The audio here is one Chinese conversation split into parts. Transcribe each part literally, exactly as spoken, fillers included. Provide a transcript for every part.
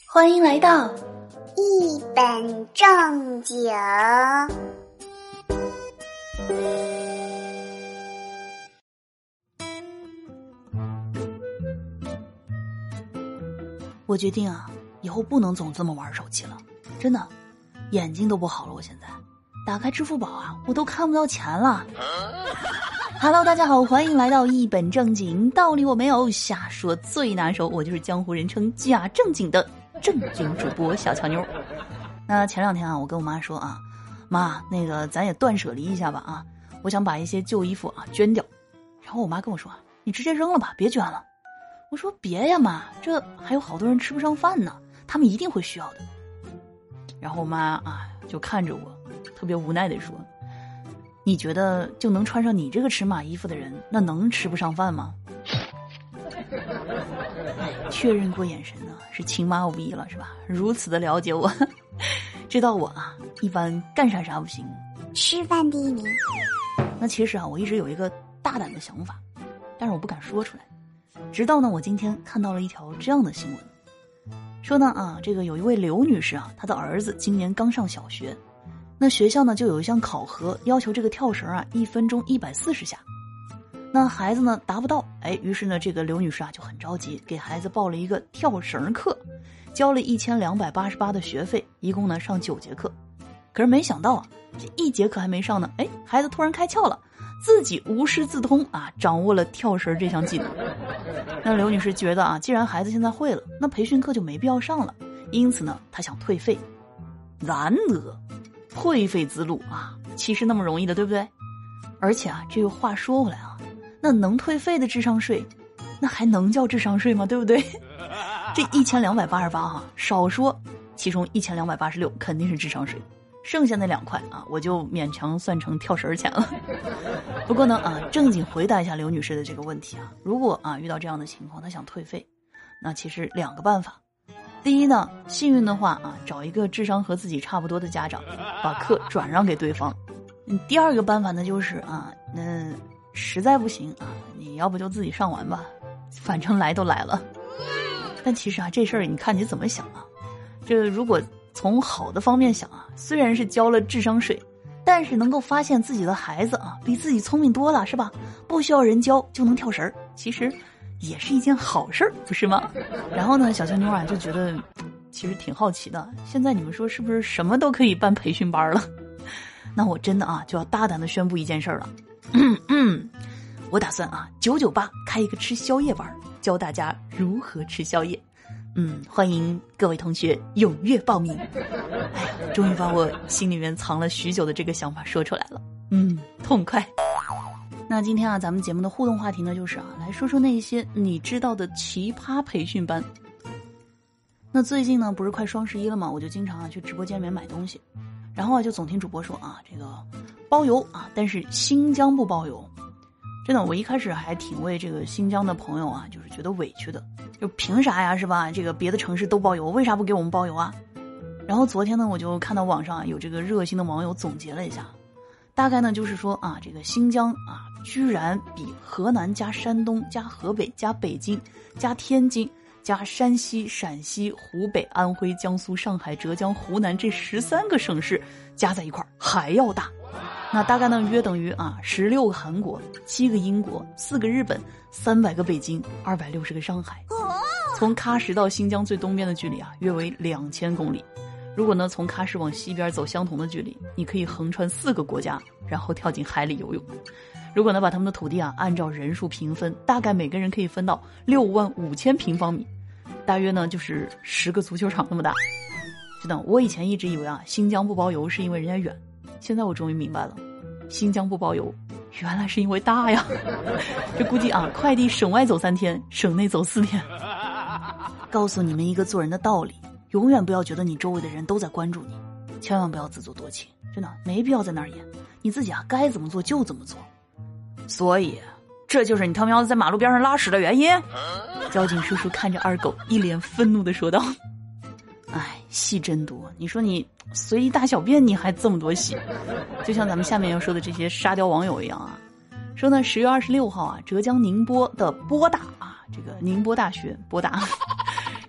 欢迎来到一本正经。 我决定啊，以后不能总这么玩手机了，真的，眼睛都不好了。我现在打开支付宝啊，我都看不到钱了。Hello， 大家好，欢迎来到一本正经，道理我没有，瞎说最拿手，我就是江湖人称假正经的正经主播小乔妞。那前两天啊，我跟我妈说啊，妈，那个咱也断舍离一下吧啊，我想把一些旧衣服啊捐掉。然后我妈跟我说，你直接扔了吧，别捐了。我说别呀妈，这还有好多人吃不上饭呢，他们一定会需要的。然后我妈啊就看着我，特别无奈地说，你觉得就能穿上你这个尺码衣服的人，那能吃不上饭吗？哎，确认过眼神呢，是亲妈无疑了是吧？如此的了解我，知道我啊一般干啥啥不行， 吃饭第一名。 那其实啊，我一直有一个大胆的想法，但是我不敢说出来。直到呢，我今天看到了一条这样的新闻，说呢啊，这个有一位刘女士啊，她的儿子今年刚上小学，那学校呢就有一项考核，要求这个跳绳啊一分钟一百四十下，那孩子呢达不到，哎，于是呢这个刘女士啊就很着急，给孩子报了一个跳绳课，交了一千两百八十八的学费，一共呢上九节课。可是没想到啊，这一节课还没上呢，哎，孩子突然开窍了。自己无师自通啊，掌握了跳绳这项技能。那刘女士觉得啊，既然孩子现在会了，那培训课就没必要上了，因此呢，她想退费。然而，退费之路啊，其实那么容易的，对不对？而且啊，这个话说回来啊，那能退费的智商税，那还能叫智商税吗？对不对？这一千两百八十八哈，少说，其中一千两百八十六肯定是智商税。剩下那两块啊，我就勉强算成跳绳钱了。不过呢啊，正经回答一下刘女士的这个问题啊，如果啊遇到这样的情况，她想退费，那其实两个办法。第一呢，幸运的话啊，找一个智商和自己差不多的家长，把课转让给对方。嗯，第二个办法呢，就是啊，那实在不行啊，你要不就自己上完吧，反正来都来了。但其实啊，这事儿你看你怎么想啊？这如果从好的方面想啊，虽然是交了智商税，但是能够发现自己的孩子啊比自己聪明多了，是吧？不需要人教就能跳绳，其实也是一件好事儿，不是吗？然后呢，小乔妞啊就觉得其实挺好奇的，现在你们说是不是什么都可以办培训班了？那我真的啊就要大胆的宣布一件事儿了，嗯嗯，我打算啊九九八开一个吃宵夜班，教大家如何吃宵夜。嗯，欢迎各位同学踊跃报名。哎呀，终于把我心里面藏了许久的这个想法说出来了。嗯，痛快。那今天啊，咱们节目的互动话题呢，就是啊，来说说那些你知道的奇葩培训班。那最近呢，不是快双十一了吗？我就经常啊去直播间里面买东西，然后啊就总听主播说啊，这个包邮啊，但是新疆不包邮。真的，我一开始还挺为这个新疆的朋友啊，就是觉得委屈的，就凭啥呀，是吧？这个别的城市都包邮，为啥不给我们包邮啊？然后昨天呢，我就看到网上啊有这个热心的网友总结了一下，大概呢就是说啊，这个新疆啊，居然比河南加山东加河北加北京加天津加山西、陕西、湖北、安徽、江苏、上海、浙江、湖南这十三个省市加在一块儿还要大。那大概呢约等于啊十六个韩国、七个英国、四个日本、三百个北京、二百六十个上海。从喀什到新疆最东边的距离啊约为两千公里。如果呢从喀什往西边走相同的距离，你可以横穿四个国家，然后跳进海里游泳。如果呢把他们的土地啊按照人数平分，大概每个人可以分到六万五千平方米，大约呢就是十个足球场那么大。真的，我以前一直以为啊新疆不包邮是因为人家远，现在我终于明白了，新疆不包邮原来是因为大呀。这估计啊快递省外走三天，省内走四天。告诉你们一个做人的道理，永远不要觉得你周围的人都在关注你，千万不要自作多情，真的没必要在那儿演，你自己啊该怎么做就怎么做。所以这就是你他喵的在马路边上拉屎的原因。交警叔叔看着二狗一脸愤怒地说道，哎，戏真多，你说你随意大小便你还这么多戏，就像咱们下面要说的这些沙雕网友一样啊。说呢十月二十六号啊，浙江宁波的波大啊，这个宁波大学波大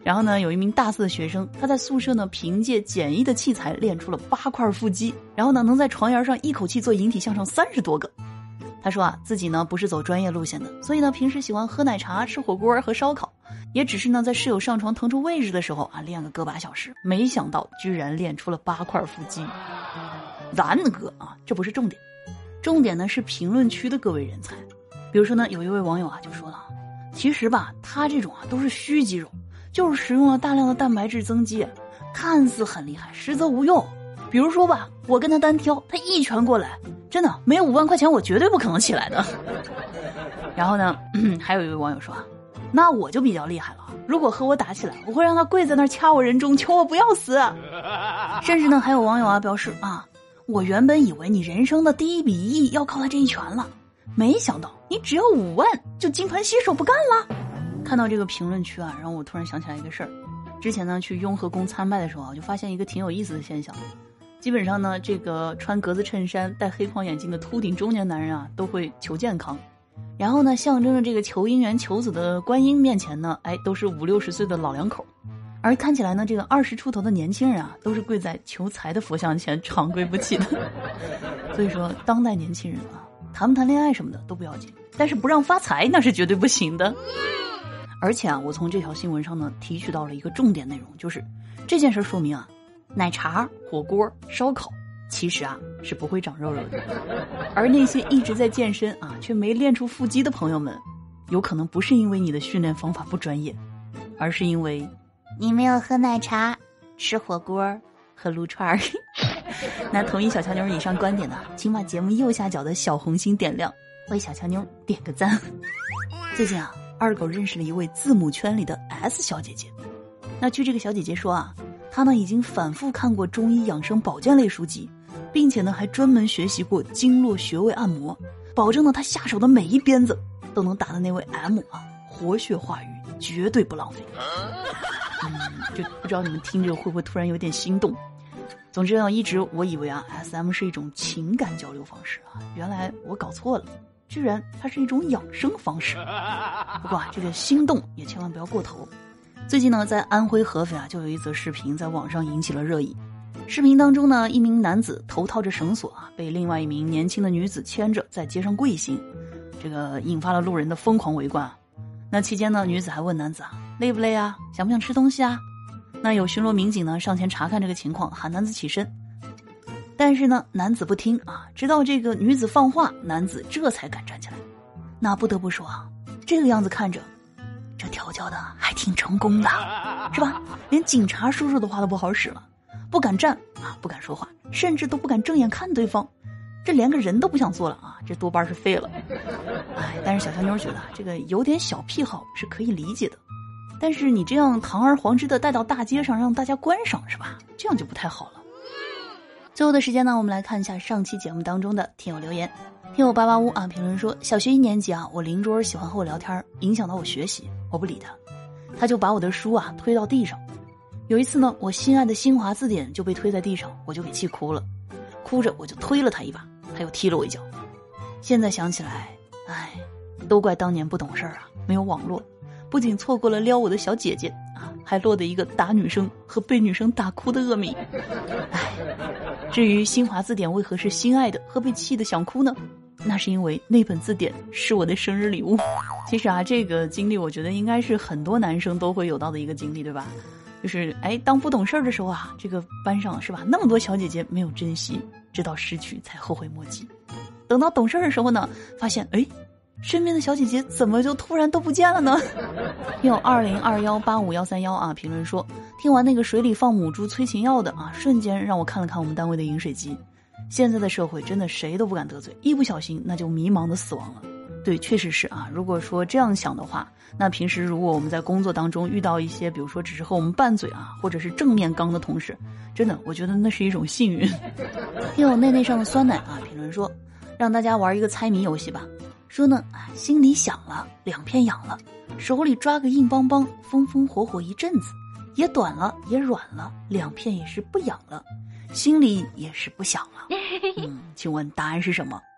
然后呢，有一名大四的学生，他在宿舍呢凭借简易的器材练出了八块腹肌，然后呢能在床沿上一口气做引体向上三十多个。他说啊，自己呢不是走专业路线的，所以呢平时喜欢喝奶茶、吃火锅和烧烤，也只是呢在室友上床腾出位置的时候啊练个个把小时，没想到居然练出了八块腹肌。然个啊，这不是重点，重点呢是评论区的各位人才。比如说呢，有一位网友啊就说了，其实吧，他这种啊都是虚肌肉，就是使用了大量的蛋白质增肌，看似很厉害，实则无用。比如说吧，我跟他单挑，他一拳过来，真的没有五万块钱，我绝对不可能起来的。然后呢，还有一位网友说啊，那我就比较厉害了，如果和我打起来，我会让他跪在那儿掐我人中，求我不要死。甚至呢，还有网友啊表示啊，我原本以为你人生的第一笔一亿要靠他这一拳了，没想到你只要五万就金盆洗手不干了。看到这个评论区啊，让我突然想起来一个事儿。之前呢去雍和宫参拜的时候啊，就发现一个挺有意思的现象。基本上呢，这个穿格子衬衫、戴黑框眼镜的秃顶中年男人啊，都会求健康。然后呢，象征着这个求姻缘、求子的观音面前呢，哎，都是五六十岁的老两口。而看起来呢，这个二十出头的年轻人啊，都是跪在求财的佛像前，长跪不起的。所以说，当代年轻人啊，谈不谈恋爱什么的都不要紧，但是不让发财那是绝对不行的。而且啊，我从这条新闻上呢提取到了一个重点内容，就是这件事说明啊，奶茶、火锅、烧烤其实啊是不会长肉肉的。而那些一直在健身啊却没练出腹肌的朋友们，有可能不是因为你的训练方法不专业，而是因为你没有喝奶茶、吃火锅和撸串儿。那同意小乔妞以上观点的，请把节目右下角的小红心点亮，为小乔妞点个赞。最近啊，二狗认识了一位字母圈里的 S 小姐姐。那据这个小姐姐说啊，她呢已经反复看过中医养生保健类书籍，并且呢还专门学习过经络穴位按摩，保证呢她下手的每一鞭子都能打的那位 M 啊活血化瘀，绝对不浪费。嗯，就不知道你们听着会不会突然有点心动。总之呢，一直我以为啊 S M 是一种情感交流方式啊，原来我搞错了，居然它是一种养生方式。不过啊，这个心动也千万不要过头。最近呢，在安徽合肥啊，就有一则视频在网上引起了热议。视频当中呢，一名男子头套着绳索啊，被另外一名年轻的女子牵着在街上跪行，这个引发了路人的疯狂围观啊。那期间呢，女子还问男子啊，累不累啊？想不想吃东西啊？那有巡逻民警呢上前查看这个情况，喊男子起身。但是呢，男子不听啊，直到这个女子放话，男子这才敢站起来。那不得不说啊，这个样子看着，这调教的还挺成功的，是吧？连警察叔叔的话都不好使了，不敢站啊，不敢说话，甚至都不敢正眼看对方，这连个人都不想做了啊，这多半是废了。哎，但是小乔妞觉得这个有点小癖好是可以理解的，但是你这样堂而皇之的带到大街上让大家观赏，是吧？这样就不太好了。最后的时间呢，我们来看一下上期节目当中的听友留言。听友八八屋啊评论说，小学一年级啊，我邻桌喜欢和我聊天，影响到我学习，我不理他，他就把我的书啊推到地上。有一次呢，我心爱的新华字典就被推在地上，我就给气哭了，哭着我就推了他一把，他又踢了我一脚。现在想起来，唉，都怪当年不懂事儿啊，没有网络，不仅错过了撩我的小姐姐啊，还落得一个打女生和被女生打哭的恶名。唉，至于新华字典为何是心爱的和被气得想哭呢？那是因为那本字典是我的生日礼物。其实啊，这个经历我觉得应该是很多男生都会有到的一个经历，对吧？就是哎，当不懂事儿的时候啊，这个班上是吧，那么多小姐姐没有珍惜，直到失去才后悔莫及。等到懂事儿的时候呢，发现哎，身边的小姐姐怎么就突然都不见了呢？有二零二幺八五幺三幺啊评论说，听完那个水里放母猪催情药的啊，瞬间让我看了看我们单位的饮水机。现在的社会真的谁都不敢得罪，一不小心那就迷茫的死亡了。对，确实是啊。如果说这样想的话，那平时如果我们在工作当中遇到一些，比如说只是和我们拌嘴啊，或者是正面刚的同事，真的，我觉得那是一种幸运。听我内内上的酸奶啊评论说，让大家玩一个猜谜游戏吧。说呢，心里想了，两片痒了，手里抓个硬邦邦，风风火火一阵子，也短了，也软了，两片也是不痒了，心里也是不想了。嗯，请问答案是什么？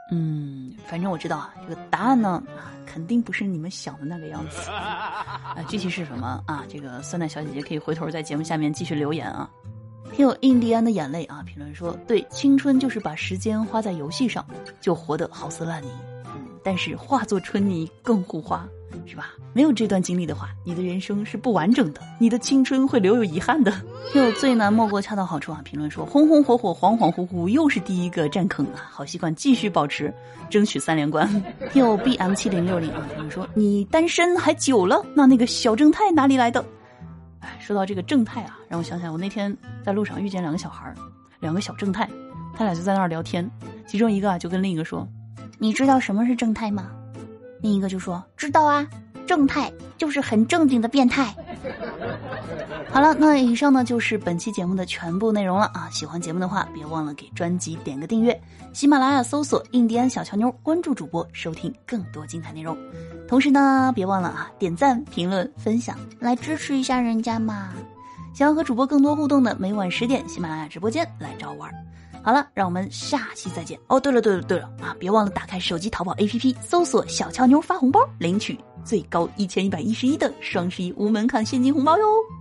嗯，反正我知道啊，这个答案呢，肯定不是你们想的那个样子。啊，具体是什么啊？这个酸奶小姐姐可以回头在节目下面继续留言啊。听有印第安的眼泪啊，评论说，对，青春就是把时间花在游戏上，就活得好似烂泥。嗯，但是化作春泥更护花，是吧？没有这段经历的话，你的人生是不完整的，你的青春会留有遗憾的。听有最难莫过恰到好处啊，评论说，红红火火，恍恍惚惚，又是第一个占坑啊，好习惯继续保持，争取三连冠。听有 B M 七零六零啊，评论说，你单身还久了，那那个小正太哪里来的？哎，说到这个正太啊，让我想起来，我那天在路上遇见两个小孩，两个小正太，他俩就在那儿聊天，其中一个啊就跟另一个说， 你知道什么是正太吗？另一个就说，知道啊，正太就是很正经的变态。 好了，那以上呢就是本期节目的全部内容了啊！喜欢节目的话，别忘了给专辑点个订阅，喜马拉雅搜索印第安小乔妞，关注主播，收听更多精彩内容。同时呢，别忘了啊，点赞、评论、分享， 来支持一下人家嘛！ 想要和主播更多互动的，每晚十点喜马拉雅直播间来找我玩。好了，让我们下期再见。哦，对了对了对了啊，别忘了打开手机淘宝 A P P， 搜索小乔妞发红包，领取最高一千一百一十一的双十一无门槛现金红包哟！